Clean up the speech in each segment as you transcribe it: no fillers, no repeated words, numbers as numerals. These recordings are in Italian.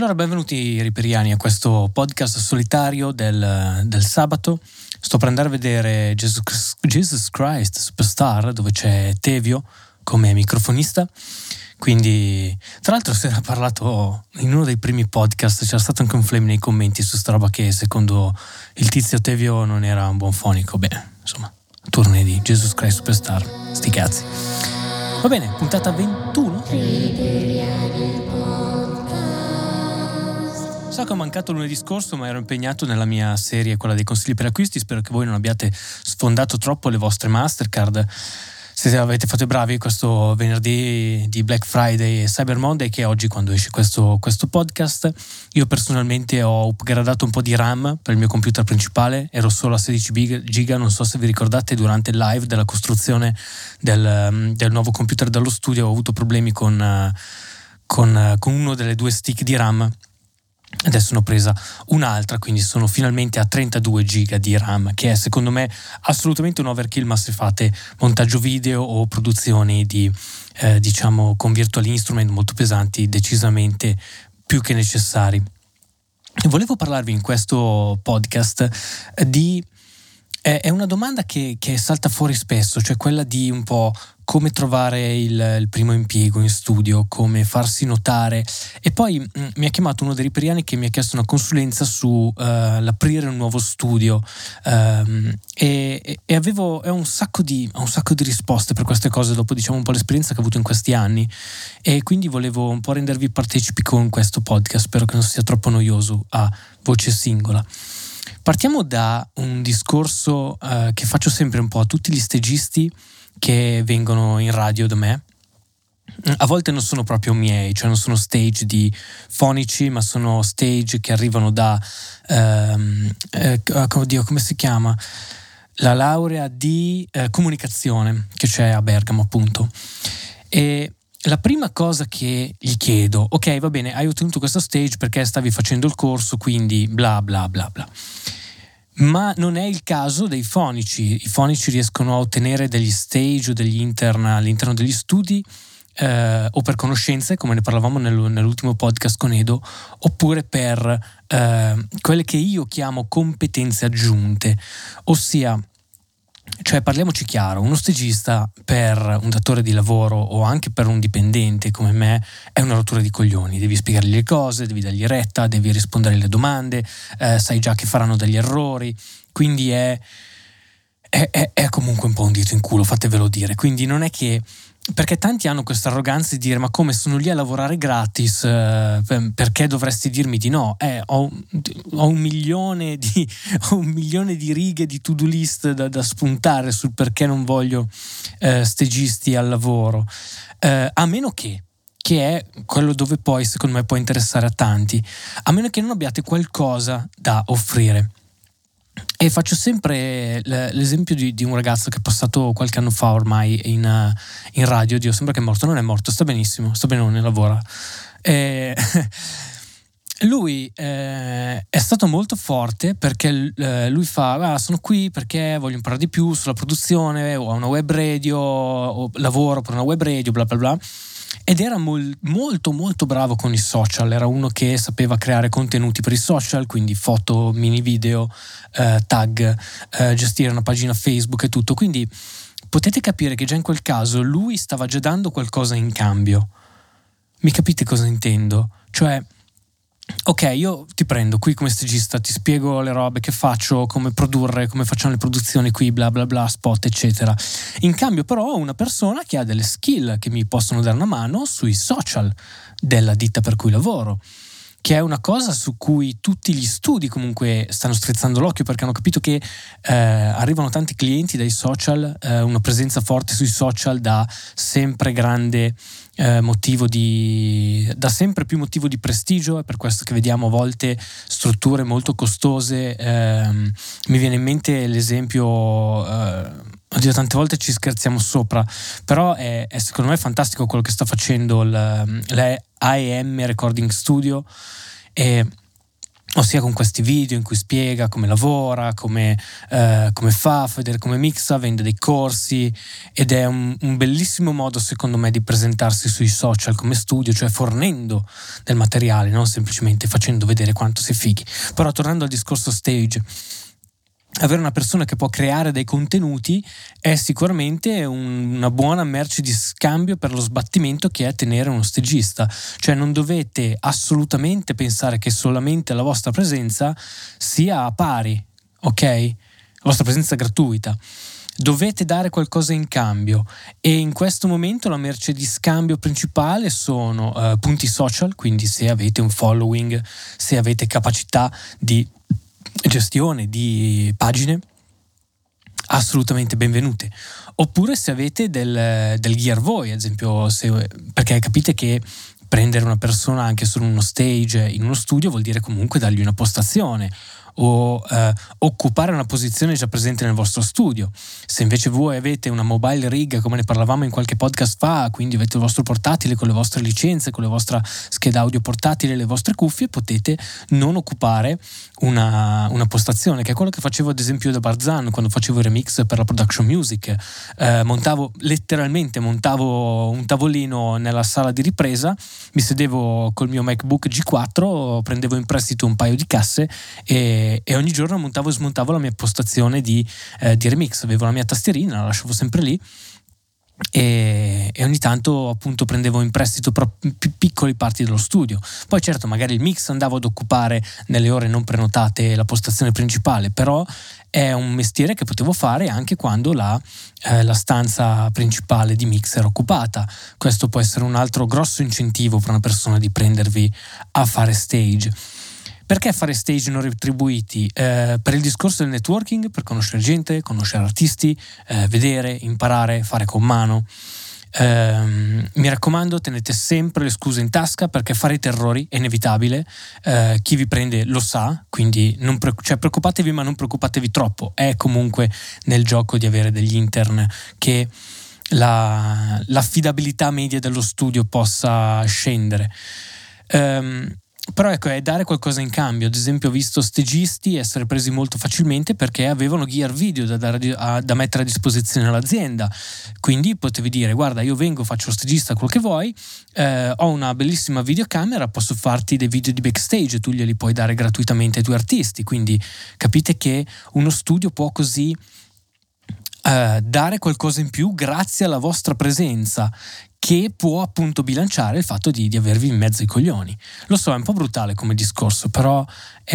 Allora, benvenuti riperiani a questo podcast solitario del sabato. Sto per andare a vedere Jesus Christ Superstar, dove c'è Tevio come microfonista. Quindi, tra l'altro, si era parlato in uno dei primi podcast, c'era stato anche un flame nei commenti su sta roba che secondo il tizio Tevio non era un buon fonico. Beh, insomma, turni di Jesus Christ Superstar, sti cazzi. Va bene, puntata 21. So che ho mancato lunedì scorso, ma ero impegnato nella mia serie, quella dei consigli per acquisti. Spero che voi non abbiate sfondato troppo le vostre Mastercard. Se avete fatto i bravi questo venerdì di Black Friday e Cyber Monday, che è oggi quando esce questo podcast. Io personalmente ho upgradato un po' di RAM per il mio computer principale, ero solo a 16 giga, non so se vi ricordate, durante il live della costruzione del nuovo computer dello studio ho avuto problemi con uno delle due stick di RAM. Adesso ne ho presa un'altra, quindi sono finalmente a 32 giga di RAM, che è secondo me assolutamente un overkill, ma se fate montaggio video o produzioni di diciamo con virtual instrument molto pesanti, decisamente più che necessari. Volevo parlarvi in questo podcast di è una domanda che salta fuori spesso, cioè quella di un po' come trovare il primo impiego in studio, come farsi notare. E poi mi ha chiamato uno dei riperiani che mi ha chiesto una consulenza su l'aprire un nuovo studio, e ho un sacco di risposte per queste cose dopo, diciamo, un po' l'esperienza che ho avuto in questi anni, e quindi volevo un po' rendervi partecipi con questo podcast. Spero che non sia troppo noioso a voce singola. Partiamo da un discorso che faccio sempre un po' a tutti gli stagisti che vengono in radio da me. A volte non sono proprio miei, cioè non sono stage di fonici, ma sono stage che arrivano da come si chiama? La laurea di comunicazione che c'è a Bergamo, appunto. E la prima cosa che gli chiedo: ok, va bene, hai ottenuto questo stage perché stavi facendo il corso, quindi bla bla bla bla. Ma non è il caso dei fonici. I fonici riescono a ottenere degli stage o degli intern all'interno degli studi, o per conoscenze, come ne parlavamo nell'ultimo podcast con Edo, oppure per quelle che io chiamo competenze aggiunte, ossia, cioè, parliamoci chiaro, uno stagista per un datore di lavoro o anche per un dipendente come me è una rottura di coglioni. Devi spiegargli le cose, devi dargli retta, devi rispondere alle domande, sai già che faranno degli errori, quindi è comunque un po' un dito in culo, fatevelo dire. Quindi non è che, perché tanti hanno questa arroganza di dire: ma come, sono lì a lavorare gratis, perché dovresti dirmi di no? Ho un milione di righe di to-do list da spuntare sul perché non voglio stagisti al lavoro, a meno che è quello dove poi secondo me può interessare a tanti, a meno che non abbiate qualcosa da offrire. E faccio sempre l'esempio di un ragazzo che è passato qualche anno fa ormai in radio. Dio, sembra che è morto, non è morto, sta benissimo, sta bene, lavora. Lui è stato molto forte perché lui fa: sono qui perché voglio imparare di più sulla produzione, ho una web radio, o lavoro per una web radio, bla bla bla. Ed era molto molto bravo con i social, era uno che sapeva creare contenuti per i social, quindi foto, mini video, tag, gestire una pagina Facebook e tutto. Quindi potete capire che già in quel caso lui stava già dando qualcosa in cambio. Mi capite cosa intendo? Cioè, ok, io ti prendo qui come stagista, ti spiego le robe che faccio, come produrre, come facciamo le produzioni qui, bla bla bla, spot eccetera. In cambio però ho una persona che ha delle skill che mi possono dare una mano sui social della ditta per cui lavoro, che è una cosa su cui tutti gli studi comunque stanno strizzando l'occhio, perché hanno capito che arrivano tanti clienti dai social, una presenza forte sui social dà sempre grande da sempre più motivo di prestigio. È per questo che vediamo a volte strutture molto costose. Mi viene in mente l'esempio, oddio, tante volte ci scherziamo sopra, però è secondo me fantastico quello che sta facendo la AEM Recording Studio, e ossia con questi video in cui spiega come lavora, come fa vedere come mixa, vende dei corsi, ed è un bellissimo modo secondo me di presentarsi sui social come studio, cioè fornendo del materiale, non semplicemente facendo vedere quanto sei fighi. Però tornando al discorso stage, avere una persona che può creare dei contenuti è sicuramente una buona merce di scambio per lo sbattimento che è tenere uno stagista. Cioè non dovete assolutamente pensare che solamente la vostra presenza sia a pari, ok? La vostra presenza gratuita. Dovete dare qualcosa in cambio, e in questo momento la merce di scambio principale sono punti social, quindi se avete un following, se avete capacità di gestione di pagine, assolutamente benvenute. Oppure se avete del gear voi, ad esempio, perché capite che prendere una persona anche su uno stage in uno studio vuol dire comunque dargli una postazione o occupare una posizione già presente nel vostro studio. Se invece voi avete una mobile rig, come ne parlavamo in qualche podcast fa, quindi avete il vostro portatile con le vostre licenze, con la vostra scheda audio portatile, le vostre cuffie, potete non occupare una postazione, che è quello che facevo ad esempio da Barzan quando facevo i remix per la production music. Montavo un tavolino nella sala di ripresa, mi sedevo col mio MacBook G4, prendevo in prestito un paio di casse e ogni giorno montavo e smontavo la mia postazione di remix. Avevo la mia tastierina, la lasciavo sempre lì, e ogni tanto appunto prendevo in prestito piccoli parti dello studio. Poi certo, magari il mix andavo ad occupare nelle ore non prenotate la postazione principale, però è un mestiere che potevo fare anche quando la stanza principale di mix era occupata. Questo può essere un altro grosso incentivo per una persona di prendervi a fare stage. Perché fare stage non retribuiti? Per il discorso del networking, per conoscere gente, conoscere artisti, vedere, imparare, fare con mano. Mi raccomando, tenete sempre le scuse in tasca, perché farete errori, è inevitabile. Chi vi prende lo sa, quindi preoccupatevi, ma non preoccupatevi troppo. È comunque nel gioco di avere degli intern che l'affidabilità media dello studio possa scendere. Però ecco, è dare qualcosa in cambio. Ad esempio ho visto stagisti essere presi molto facilmente perché avevano gear video da mettere a disposizione all'azienda, quindi potevi dire: guarda, io vengo, faccio lo stagista, quello che vuoi, ho una bellissima videocamera, posso farti dei video di backstage, tu glieli puoi dare gratuitamente ai tuoi artisti. Quindi capite che uno studio può così dare qualcosa in più grazie alla vostra presenza, che può appunto bilanciare il fatto di avervi in mezzo ai coglioni. Lo so, è un po' brutale come discorso, però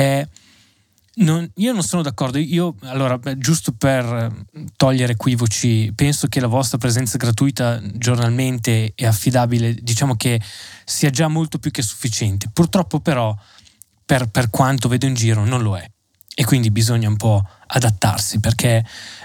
io non sono d'accordo. Allora, giusto per togliere equivoci, penso che la vostra presenza gratuita giornalmente e affidabile, diciamo che sia già molto più che sufficiente. Purtroppo però, per quanto vedo in giro, non lo è. E quindi bisogna un po' adattarsi, perché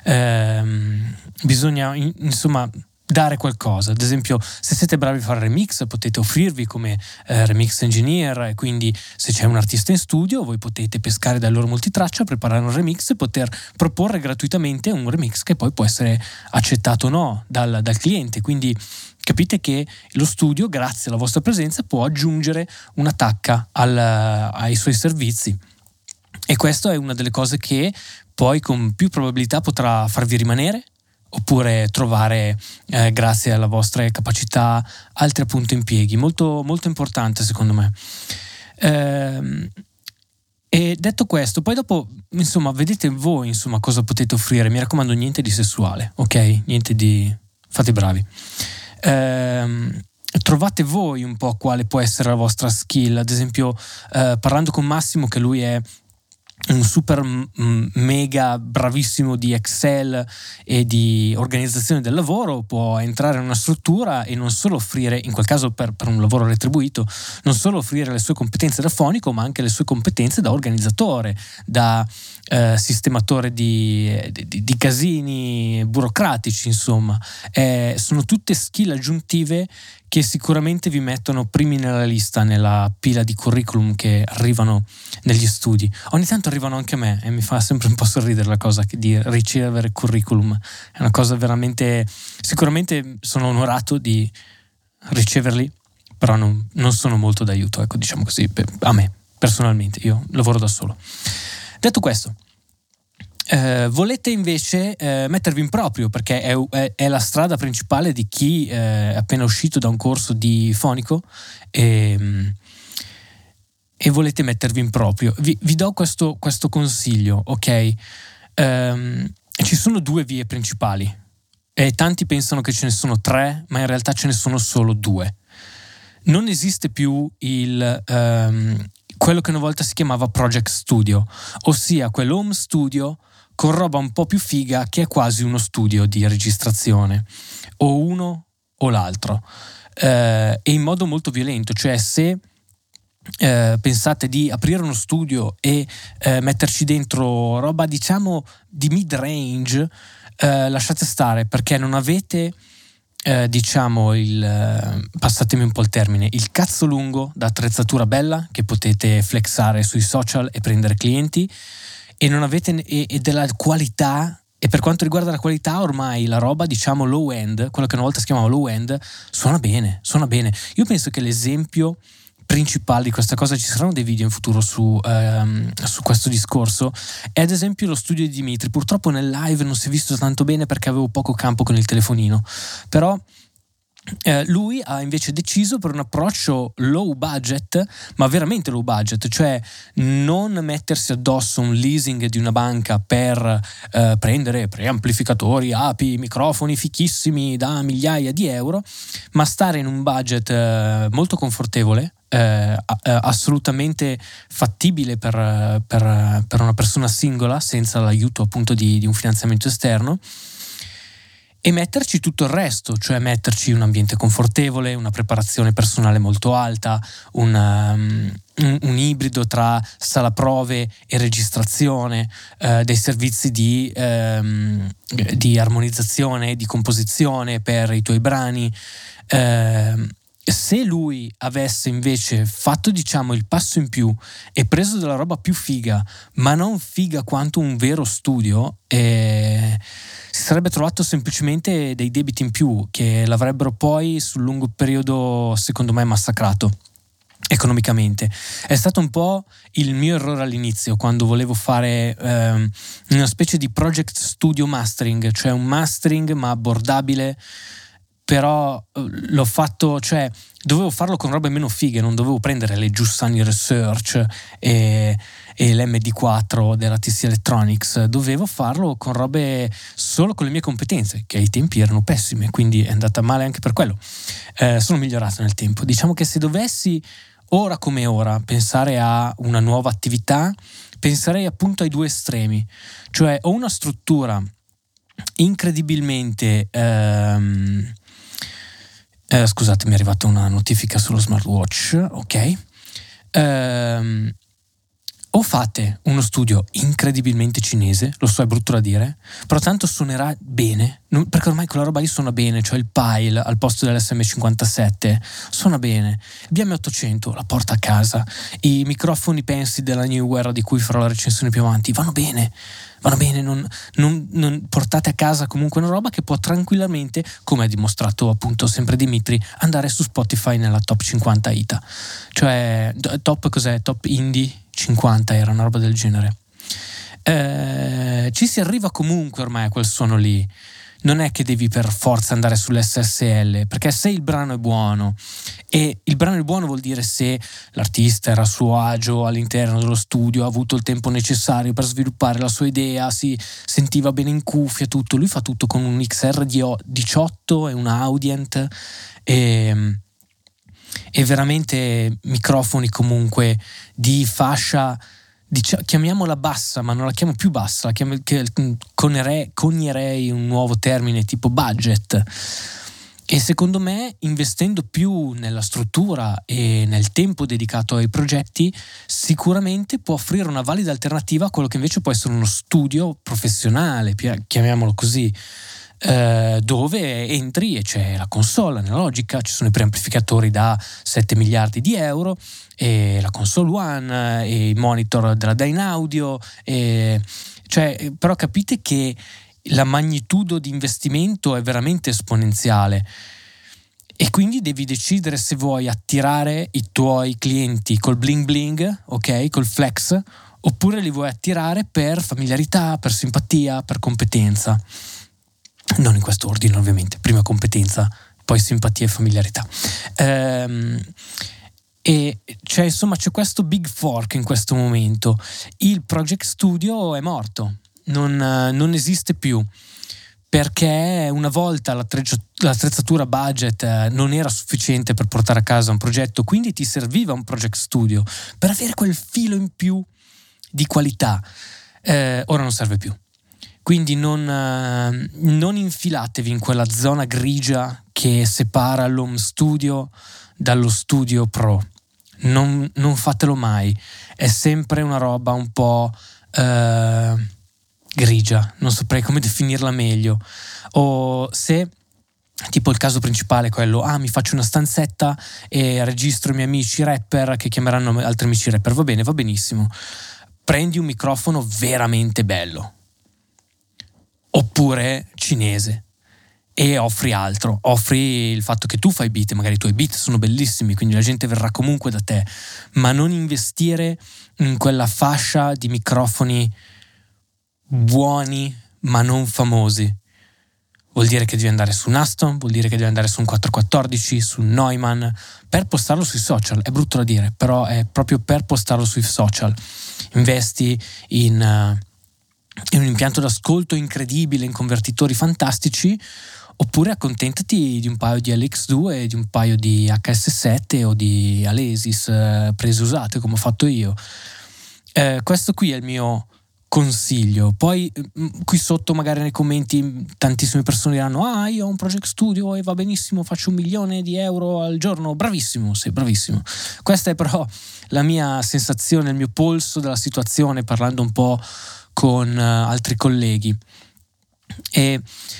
bisogna insomma dare qualcosa. Ad esempio, se siete bravi a fare remix, potete offrirvi come remix engineer, e quindi se c'è un artista in studio voi potete pescare dal loro multitraccia, preparare un remix e poter proporre gratuitamente un remix che poi può essere accettato o no dal cliente. Quindi capite che lo studio, grazie alla vostra presenza, può aggiungere una tacca ai suoi servizi, e questa è una delle cose che poi con più probabilità potrà farvi rimanere, oppure trovare, grazie alla vostra capacità, altri appunto impieghi. Molto, molto importante secondo me. E detto questo, poi dopo, insomma, vedete voi cosa potete offrire. Mi raccomando, niente di sessuale, ok? Niente di... fate bravi. Trovate voi un po' quale può essere la vostra skill. Ad esempio, parlando con Massimo, che lui è un super mega bravissimo di Excel e di organizzazione del lavoro, può entrare in una struttura e non solo offrire, in quel caso per un lavoro retribuito, non solo offrire le sue competenze da fonico, ma anche le sue competenze da organizzatore, da sistematore di casini burocratici. Insomma, sono tutte skill aggiuntive che sicuramente vi mettono primi nella lista, nella pila di curriculum che arrivano negli studi. Ogni tanto arrivano anche a me e mi fa sempre un po' sorridere la cosa di ricevere curriculum. È una cosa veramente... Sicuramente sono onorato di riceverli, però non sono molto d'aiuto, ecco, diciamo così, a me personalmente, io lavoro da solo. Detto questo, volete invece mettervi in proprio, perché è la strada principale di chi è appena uscito da un corso di fonico e volete mettervi in proprio. Vi do questo consiglio, ok? Ci sono 2 vie principali e tanti pensano che ce ne sono 3, ma in realtà ce ne sono solo 2. Non esiste più quello che una volta si chiamava project studio, ossia quell'home studio con roba un po' più figa che è quasi uno studio di registrazione, o uno o l'altro, e in modo molto violento. Cioè, se pensate di aprire uno studio e metterci dentro roba diciamo di mid range, lasciate stare, perché non avete diciamo passatemi un po' il termine, il cazzo lungo da attrezzatura bella che potete flexare sui social e prendere clienti, e non avete e della qualità. E per quanto riguarda la qualità, ormai la roba diciamo low end, quello che una volta si chiamava low end, suona bene. Io penso che l'esempio principale di questa cosa, ci saranno dei video in futuro su questo discorso, è ad esempio lo studio di Dimitri. Purtroppo nel live non si è visto tanto bene perché avevo poco campo con il telefonino, però lui ha invece deciso per un approccio low budget, ma veramente low budget, cioè non mettersi addosso un leasing di una banca per prendere preamplificatori, api, microfoni fichissimi da migliaia di euro, ma stare in un budget molto confortevole, assolutamente fattibile per una persona singola, senza l'aiuto appunto di un finanziamento esterno, e metterci tutto il resto, cioè metterci un ambiente confortevole, una preparazione personale molto alta, un ibrido tra sala prove e registrazione, dei servizi di armonizzazione, di composizione per i tuoi brani. Se lui avesse invece fatto diciamo il passo in più e preso della roba più figa, ma non figa quanto un vero studio, si sarebbe trovato semplicemente dei debiti in più che l'avrebbero poi sul lungo periodo secondo me massacrato economicamente. È stato un po' il mio errore all'inizio, quando volevo fare una specie di project studio mastering, cioè un mastering ma abbordabile, però l'ho fatto, cioè dovevo farlo con robe meno fighe, non dovevo prendere le Giussani Research e l'MD4 della TC Electronics, dovevo farlo con robe solo con le mie competenze, che ai tempi erano pessime, quindi è andata male anche per quello. Sono migliorato nel tempo. Diciamo che se dovessi ora come ora pensare a una nuova attività, penserei appunto ai 2 estremi, cioè ho una struttura incredibilmente scusate, mi è arrivata una notifica sullo smartwatch, ok. O fate uno studio incredibilmente cinese, lo so, è brutto da dire, però tanto suonerà bene, perché ormai quella roba lì suona bene, cioè il Pile al posto dell'SM57 suona bene, il BM800 la porta a casa, i microfoni pensi della Newer di cui farò la recensione più avanti vanno bene, non portate a casa comunque una roba che può tranquillamente, come ha dimostrato appunto sempre Dimitri, andare su Spotify nella top 50 ITA, cioè top cos'è? Top Indie 50 era una roba del genere. Ci si arriva comunque ormai a quel suono lì, non è che devi per forza andare sull'SSL, perché se il brano è buono, e il brano è buono vuol dire se l'artista era a suo agio all'interno dello studio, ha avuto il tempo necessario per sviluppare la sua idea, si sentiva bene in cuffia, tutto. Lui fa tutto con un XR18 e un Audient e veramente microfoni comunque di fascia, chiamiamola bassa, ma non la chiamo più bassa, conierei un nuovo termine tipo budget. E secondo me, investendo più nella struttura e nel tempo dedicato ai progetti, sicuramente può offrire una valida alternativa a quello che invece può essere uno studio professionale, chiamiamolo così, dove entri e c'è la console analogica, ci sono i preamplificatori da 7 miliardi di euro e la console One e i monitor della Dynaudio, però capite che la magnitudo di investimento è veramente esponenziale. E quindi devi decidere se vuoi attirare i tuoi clienti col bling bling, ok, col flex, oppure li vuoi attirare per familiarità, per simpatia, per competenza. Non in questo ordine, ovviamente. Prima competenza, poi simpatia e familiarità. E c'è questo big fork in questo momento. Il Project Studio è morto, non esiste più, perché una volta l'attrezzatura budget non era sufficiente per portare a casa un progetto, quindi ti serviva un Project Studio per avere quel filo in più di qualità. Ora non serve più. Quindi non infilatevi in quella zona grigia che separa l'home studio dallo studio pro. Non fatelo mai. È sempre una roba un po' grigia, non saprei come definirla meglio. O se, tipo, il caso principale è quello: mi faccio una stanzetta e registro i miei amici rapper che chiameranno altri amici rapper. Va bene, va benissimo. Prendi un microfono veramente bello, oppure cinese, e offri altro. Offri il fatto che tu fai beat, magari i tuoi beat sono bellissimi, quindi la gente verrà comunque da te, ma non investire in quella fascia di microfoni buoni ma non famosi. Vuol dire che devi andare su un Aston, vuol dire che devi andare su un 414, su un Neumann, per postarlo sui social. È brutto da dire, però è proprio per postarlo sui social. Investi in un impianto d'ascolto incredibile, in convertitori fantastici, oppure accontentati di un paio di LX2, di un paio di HS7 o di Alesis prese usate, come ho fatto io. Questo qui è il mio consiglio. Poi qui sotto magari nei commenti tantissime persone diranno: io ho un Project Studio e va benissimo, faccio 1 milione di euro al giorno. Bravissimo, sì, bravissimo. Questa è però la mia sensazione, il mio polso della situazione, parlando un po' con altri colleghi. E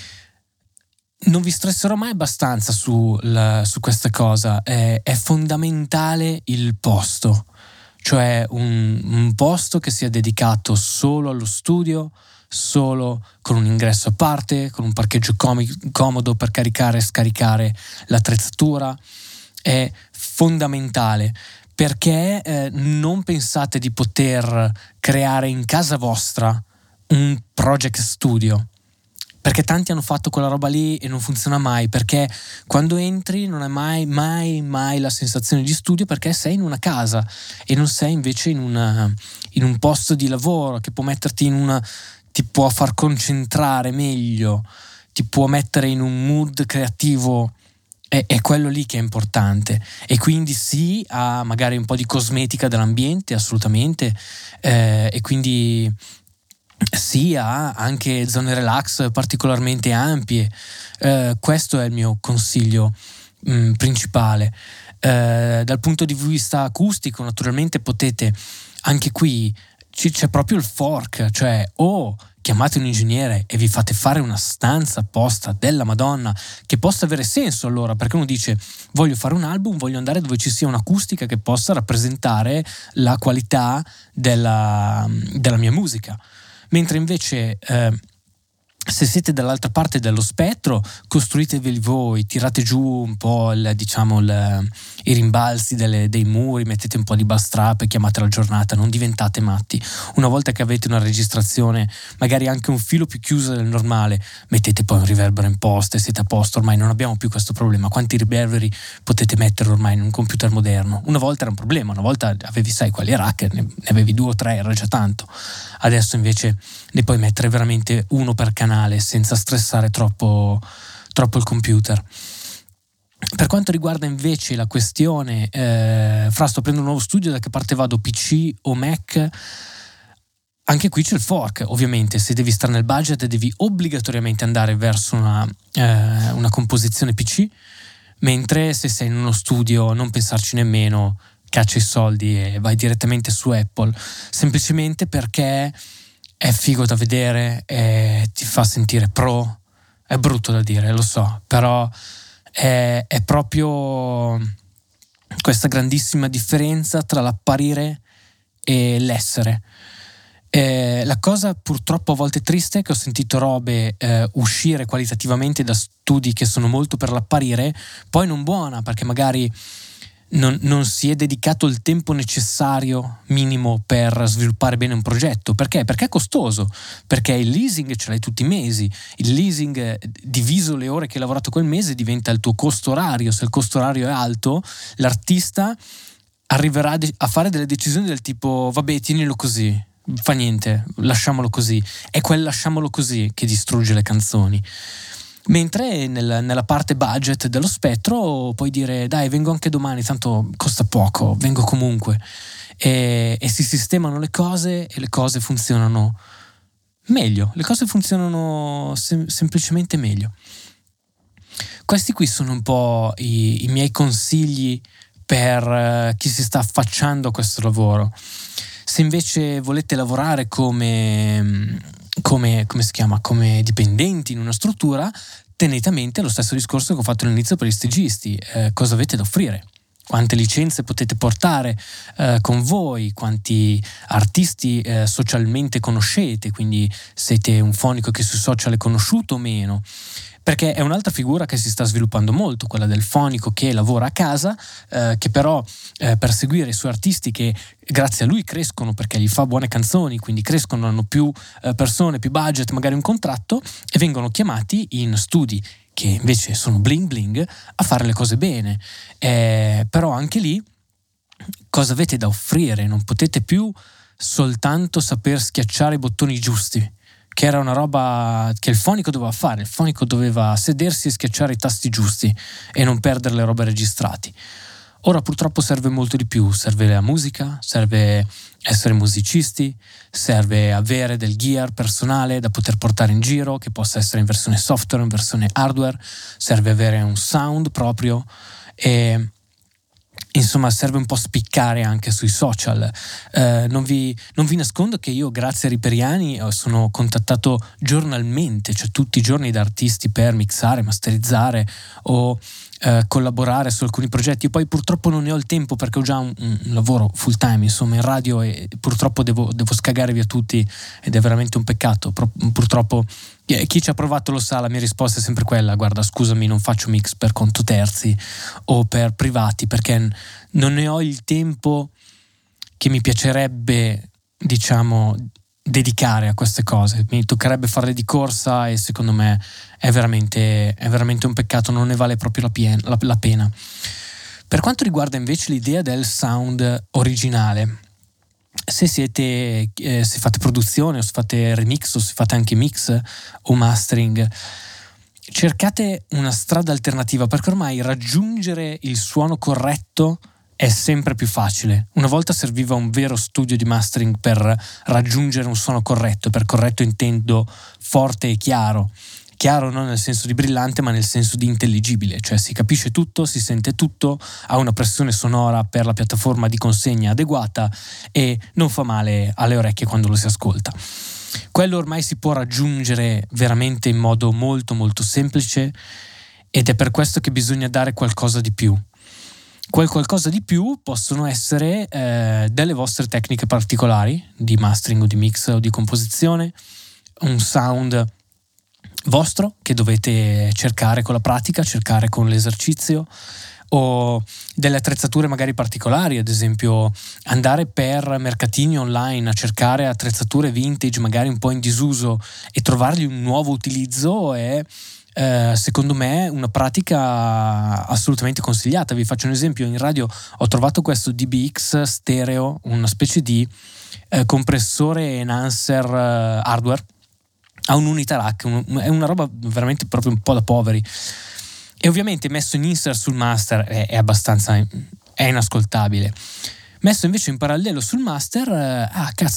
non vi stresserò mai abbastanza su questa cosa. È fondamentale il posto, cioè un posto che sia dedicato solo allo studio, solo con un ingresso a parte, con un parcheggio comodo per caricare e scaricare l'attrezzatura. È fondamentale, perché non pensate di poter creare in casa vostra un project studio, perché tanti hanno fatto quella roba lì e non funziona mai, perché quando entri non hai mai la sensazione di studio, perché sei in una casa e non sei invece in un posto di lavoro che può metterti ti può far concentrare meglio, ti può mettere in un mood creativo. È quello lì che è importante. E quindi sì, ha magari un po' di cosmetica dell'ambiente, assolutamente, e quindi sì, ha anche zone relax particolarmente ampie. Questo è il mio consiglio principale. Dal punto di vista acustico, naturalmente potete, anche qui c'è proprio il fork, cioè chiamate un ingegnere e vi fate fare una stanza apposta della Madonna, che possa avere senso. Allora, perché uno dice: voglio fare un album, voglio andare dove ci sia un'acustica che possa rappresentare la qualità della mia musica. Mentre invece se siete dall'altra parte dello spettro, costruitevi voi, tirate giù un po' i rimbalzi dei muri, mettete un po' di bass trap e chiamate la giornata. Non diventate matti. Una volta che avete una registrazione, magari anche un filo più chiuso del normale, mettete poi un riverbero in post e siete a posto. Ormai non abbiamo più questo problema. Quanti riverberi potete mettere ormai in un computer moderno? Una volta era un problema, una volta avevi, sai, quali rack, ne avevi 2 o 3, era già tanto. Adesso invece ne puoi mettere veramente uno per canale senza stressare troppo il computer. Per quanto riguarda invece la questione sto prendendo un nuovo studio, da che parte vado, PC o Mac? Anche qui c'è il fork. Ovviamente, se devi stare nel budget, devi obbligatoriamente andare verso una composizione PC, mentre se sei in uno studio non pensarci nemmeno, caccia i soldi e vai direttamente su Apple, semplicemente perché è figo da vedere e ti fa sentire pro. È brutto da dire, lo so, però è proprio questa grandissima differenza tra l'apparire e l'essere. La cosa purtroppo a volte triste è che ho sentito robe uscire qualitativamente da studi che sono molto per l'apparire, poi non buona, perché magari non si è dedicato il tempo necessario minimo per sviluppare bene un progetto. Perché? Perché è costoso, perché il leasing ce l'hai tutti i mesi, il leasing diviso le ore che hai lavorato quel mese diventa il tuo costo orario. Se il costo orario è alto, l'artista arriverà a fare delle decisioni del tipo vabbè, tienilo così, fa niente, lasciamolo così. È quel lasciamolo così che distrugge le canzoni. Mentre nella parte budget dello spettro puoi dire dai, vengo anche domani, tanto costa poco, vengo comunque, e si sistemano le cose e le cose funzionano meglio, le cose funzionano semplicemente meglio. Questi qui sono un po' i miei consigli per chi si sta affacciando a questo lavoro. Se invece volete lavorare come si chiama, come dipendenti in una struttura, tenete a mente lo stesso discorso che ho fatto all'inizio per gli stagisti. Cosa avete da offrire? Quante licenze potete portare con voi? Quanti artisti socialmente conoscete? Quindi siete un fonico che sui social è conosciuto o meno? Perché è un'altra figura che si sta sviluppando molto, quella del fonico che lavora a casa, che però per seguire i suoi artisti che grazie a lui crescono perché gli fa buone canzoni, quindi crescono, hanno più persone, più budget, magari un contratto, e vengono chiamati in studi che invece sono bling bling a fare le cose bene. Però anche lì cosa avete da offrire? Non potete più soltanto saper schiacciare i bottoni giusti, che era una roba che il fonico doveva fare. Il fonico doveva sedersi e schiacciare i tasti giusti e non perdere le robe registrate. Ora purtroppo serve molto di più, serve la musica, serve essere musicisti, serve avere del gear personale da poter portare in giro, che possa essere in versione software, in versione hardware, serve avere un sound proprio e insomma serve un po' spiccare anche sui social. Non vi nascondo che io grazie a Riperiani sono contattato giornalmente, cioè tutti i giorni, da artisti per mixare, masterizzare o collaborare su alcuni progetti. Io poi purtroppo non ne ho il tempo perché ho già un lavoro full time insomma in radio e purtroppo devo scagare via tutti ed è veramente un peccato. Purtroppo chi ci ha provato lo sa, la mia risposta è sempre quella: guarda, scusami, non faccio mix per conto terzi o per privati perché non ne ho il tempo che mi piacerebbe, diciamo, dedicare a queste cose. Mi toccherebbe farle di corsa e secondo me è veramente un peccato, non ne vale proprio la pena. Per quanto riguarda invece l'idea del sound originale, se fate produzione o se fate remix o se fate anche mix o mastering, cercate una strada alternativa, perché ormai raggiungere il suono corretto è sempre più facile. Una volta serviva un vero studio di mastering per raggiungere un suono corretto. Per corretto intendo forte e chiaro non nel senso di brillante ma nel senso di intelligibile, cioè si capisce tutto, si sente tutto, ha una pressione sonora per la piattaforma di consegna adeguata e non fa male alle orecchie quando lo si ascolta. Quello ormai si può raggiungere veramente in modo molto molto semplice ed è per questo che bisogna dare qualcosa di più. Quel qualcosa di più possono essere delle vostre tecniche particolari di mastering o di mix o di composizione, un sound vostro che dovete cercare con la pratica, cercare con l'esercizio, o delle attrezzature magari particolari, ad esempio andare per mercatini online a cercare attrezzature vintage magari un po' in disuso e trovargli un nuovo utilizzo è secondo me una pratica assolutamente consigliata. Vi faccio un esempio: in radio ho trovato questo DBX stereo, una specie di compressore enhancer hardware, ha un'unità rack, è una roba veramente proprio un po' da poveri, e ovviamente messo in insert sul master è abbastanza inascoltabile. Messo invece in parallelo sul master,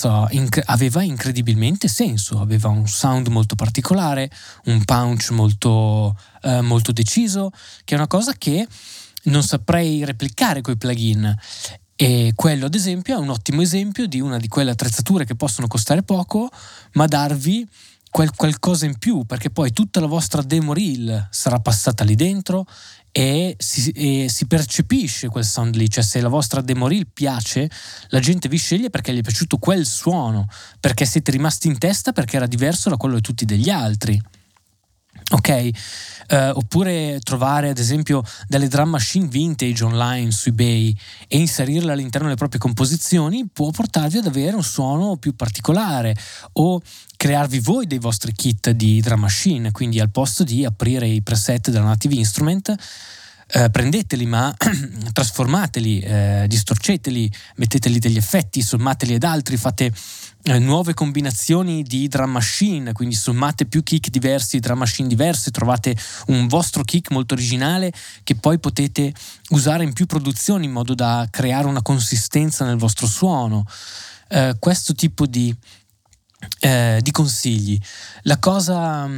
aveva incredibilmente senso, aveva un sound molto particolare, un punch molto deciso, che è una cosa che non saprei replicare coi plugin. E quello ad esempio è un ottimo esempio di una di quelle attrezzature che possono costare poco ma darvi qualcosa in più, perché poi tutta la vostra demo reel sarà passata lì dentro e si percepisce quel sound lì. Cioè, se la vostra demo reel piace, la gente vi sceglie perché gli è piaciuto quel suono, perché siete rimasti in testa, perché era diverso da quello di tutti degli altri. Ok? Oppure trovare ad esempio delle drum machine vintage online su eBay e inserirle all'interno delle proprie composizioni può portarvi ad avere un suono più particolare, o crearvi voi dei vostri kit di drum machine. Quindi al posto di aprire i preset della Native Instrument, prendeteli ma trasformateli, distorceteli, metteteli degli effetti, sommateli ad altri, fate nuove combinazioni di drum machine, quindi sommate più kick diversi, drum machine diverse, trovate un vostro kick molto originale che poi potete usare in più produzioni in modo da creare una consistenza nel vostro suono. Questo tipo di consigli. La cosa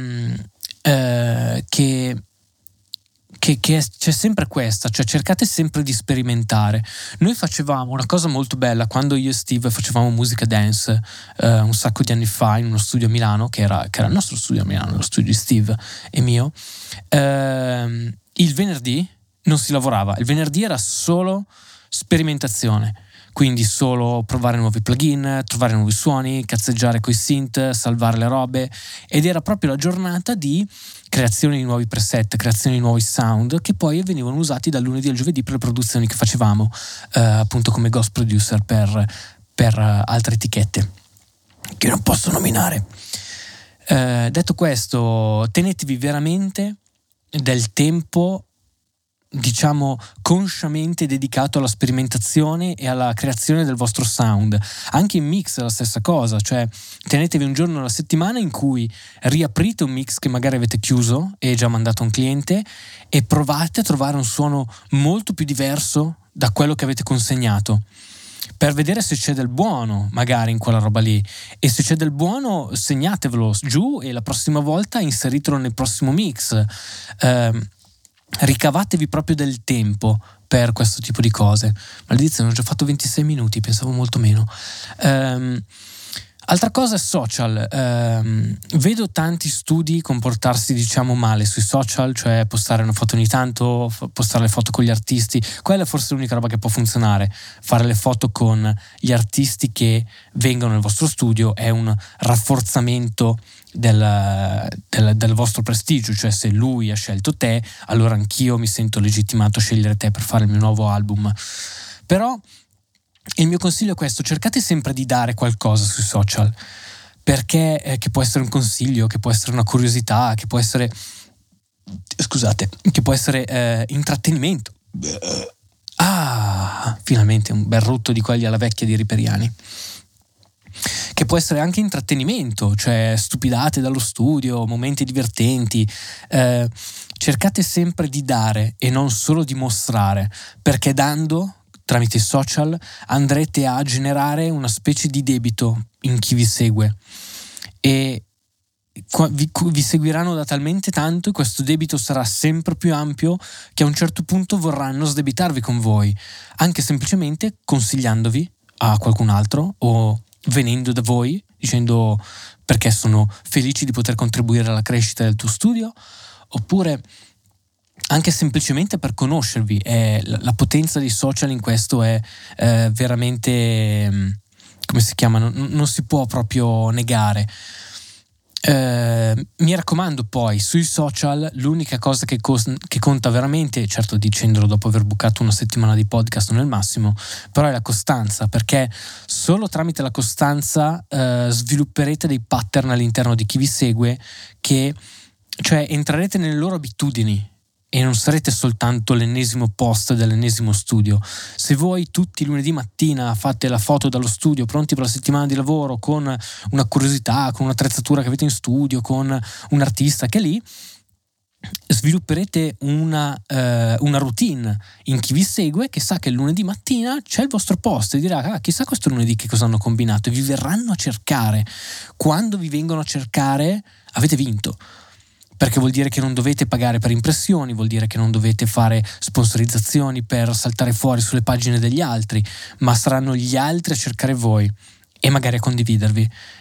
c'è sempre questa, cioè cercate sempre di sperimentare. Noi facevamo una cosa molto bella quando io e Steve facevamo musica dance un sacco di anni fa in uno studio a Milano, che era il nostro studio a Milano, lo studio di Steve e mio. Il venerdì non si lavorava, il venerdì era solo sperimentazione, quindi solo provare nuovi plugin, trovare nuovi suoni, cazzeggiare coi synth, salvare le robe, ed era proprio la giornata di creazione di nuovi preset, creazione di nuovi sound che poi venivano usati dal lunedì al giovedì per le produzioni che facevamo appunto come ghost producer per altre etichette che non posso nominare. Detto questo, tenetevi veramente del tempo, diciamo, consciamente dedicato alla sperimentazione e alla creazione del vostro sound. Anche in mix è la stessa cosa, cioè tenetevi un giorno alla settimana in cui riaprite un mix che magari avete chiuso e già mandato a un cliente e provate a trovare un suono molto più diverso da quello che avete consegnato, per vedere se c'è del buono magari in quella roba lì, e se c'è del buono segnatevelo giù e la prossima volta inseritelo nel prossimo mix. Ricavatevi proprio del tempo per questo tipo di cose. Maledizione, ho già fatto 26 minuti, pensavo molto meno. Altra cosa è social. Vedo tanti studi comportarsi, diciamo, male sui social, cioè postare una foto ogni tanto, postare le foto con gli artisti. Quella è forse l'unica roba che può funzionare. Fare le foto con gli artisti che vengono nel vostro studio è un rafforzamento del vostro prestigio, cioè se lui ha scelto te, allora anch'io mi sento legittimato a scegliere te per fare il mio nuovo album. Però il mio consiglio è questo: cercate sempre di dare qualcosa sui social, perché che può essere un consiglio, che può essere una curiosità, che può essere intrattenimento. Finalmente un bel rutto di quelli alla vecchia di Riperiani. Che può essere anche intrattenimento, cioè stupidate dallo studio, momenti divertenti. Cercate sempre di dare e non solo di mostrare, perché dando tramite i social andrete a generare una specie di debito in chi vi segue, e vi seguiranno da talmente tanto e questo debito sarà sempre più ampio che a un certo punto vorranno sdebitarvi con voi, anche semplicemente consigliandovi a qualcun altro o venendo da voi dicendo perché sono felici di poter contribuire alla crescita del tuo studio, oppure anche semplicemente per conoscervi. La potenza dei social in questo è veramente, come si chiama, non si può proprio negare. Mi raccomando, poi sui social l'unica cosa che conta veramente, certo dicendolo dopo aver bucato una settimana di podcast non è il massimo, però è la costanza, perché solo tramite la costanza svilupperete dei pattern all'interno di chi vi segue, che cioè entrerete nelle loro abitudini e non sarete soltanto l'ennesimo post dell'ennesimo studio. Se voi tutti i lunedì mattina fate la foto dallo studio pronti per la settimana di lavoro, con una curiosità, con un'attrezzatura che avete in studio, con un artista che è lì, svilupperete una routine in chi vi segue, che sa che il lunedì mattina c'è il vostro post e dirà chissà questo lunedì che cosa hanno combinato, e vi verranno a cercare. Quando vi vengono a cercare avete vinto, perché vuol dire che non dovete pagare per impressioni, vuol dire che non dovete fare sponsorizzazioni per saltare fuori sulle pagine degli altri, ma saranno gli altri a cercare voi e magari a condividervi,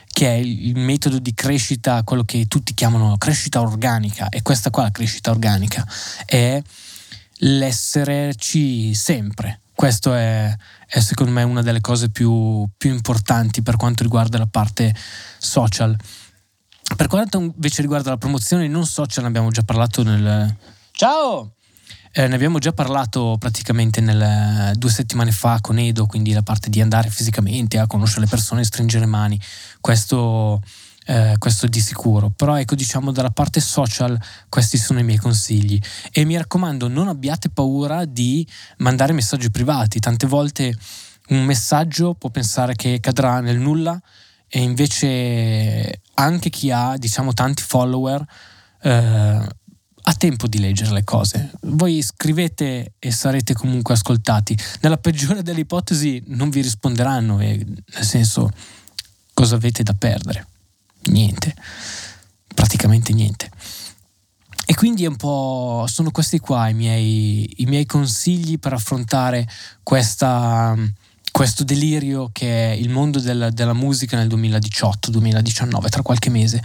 che è il metodo di crescita, quello che tutti chiamano crescita organica, e questa qua, la crescita organica, è l'esserci sempre. Questo è secondo me una delle cose più importanti per quanto riguarda la parte social. Per quanto invece riguarda la promozione non social, ne abbiamo già parlato Ciao! Ne abbiamo già parlato praticamente 2 settimane fa con Edo, quindi la parte di andare fisicamente a conoscere le persone, stringere mani, questo di sicuro. Però ecco, diciamo, dalla parte social questi sono i miei consigli, e mi raccomando, non abbiate paura di mandare messaggi privati. Tante volte un messaggio può pensare che cadrà nel nulla, e invece anche chi ha, diciamo, tanti follower ha tempo di leggere le cose. Voi scrivete e sarete comunque ascoltati. Nella peggiore delle ipotesi non vi risponderanno, e nel senso, cosa avete da perdere? Niente, praticamente niente. E quindi è un po', sono questi qua i miei consigli per affrontare questo delirio che è il mondo della musica nel 2018-2019, tra qualche mese.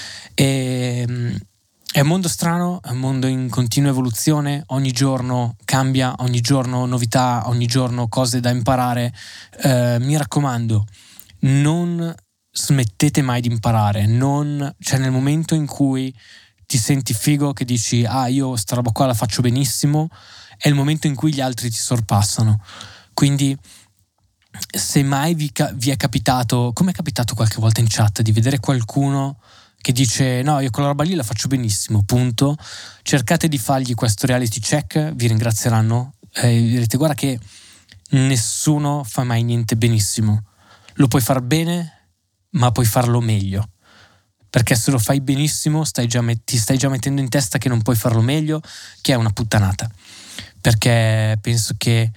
È un mondo strano, è un mondo in continua evoluzione, ogni giorno cambia, ogni giorno novità, ogni giorno cose da imparare. Mi raccomando, non smettete mai di imparare. Cioè, nel momento in cui ti senti figo, che dici io sta roba qua la faccio benissimo, è il momento in cui gli altri ti sorpassano. Quindi se mai vi è capitato, come è capitato qualche volta in chat, di vedere qualcuno che dice no, io quella roba lì la faccio benissimo, punto, cercate di fargli questo reality check, vi ringrazieranno, direte guarda che nessuno fa mai niente benissimo. Lo puoi far bene, ma puoi farlo meglio, perché se lo fai benissimo ti stai già mettendo in testa che non puoi farlo meglio, che è una puttanata. Perché penso che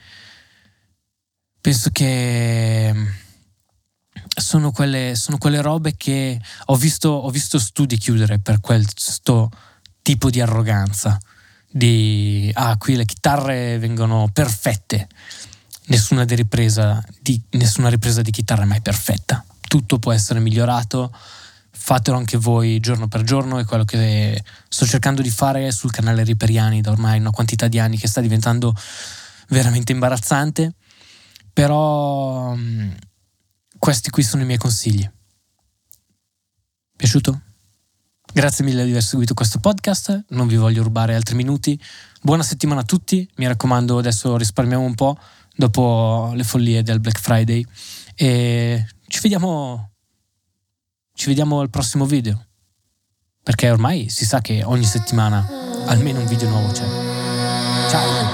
sono quelle robe che ho visto studi chiudere per questo tipo di arroganza di qui le chitarre vengono perfette. Nessuna ripresa di chitarra è mai perfetta, tutto può essere migliorato. Fatelo anche voi giorno per giorno, è quello che sto cercando di fare sul canale Riperiani da ormai una quantità di anni che sta diventando veramente imbarazzante. Però questi qui sono i miei consigli. Piaciuto? Grazie mille di aver seguito questo podcast, non vi voglio rubare altri minuti. Buona settimana a tutti, mi raccomando, adesso risparmiamo un po' dopo le follie del Black Friday, e ci vediamo al prossimo video, perché ormai si sa che ogni settimana almeno un video nuovo c'è. Ciao!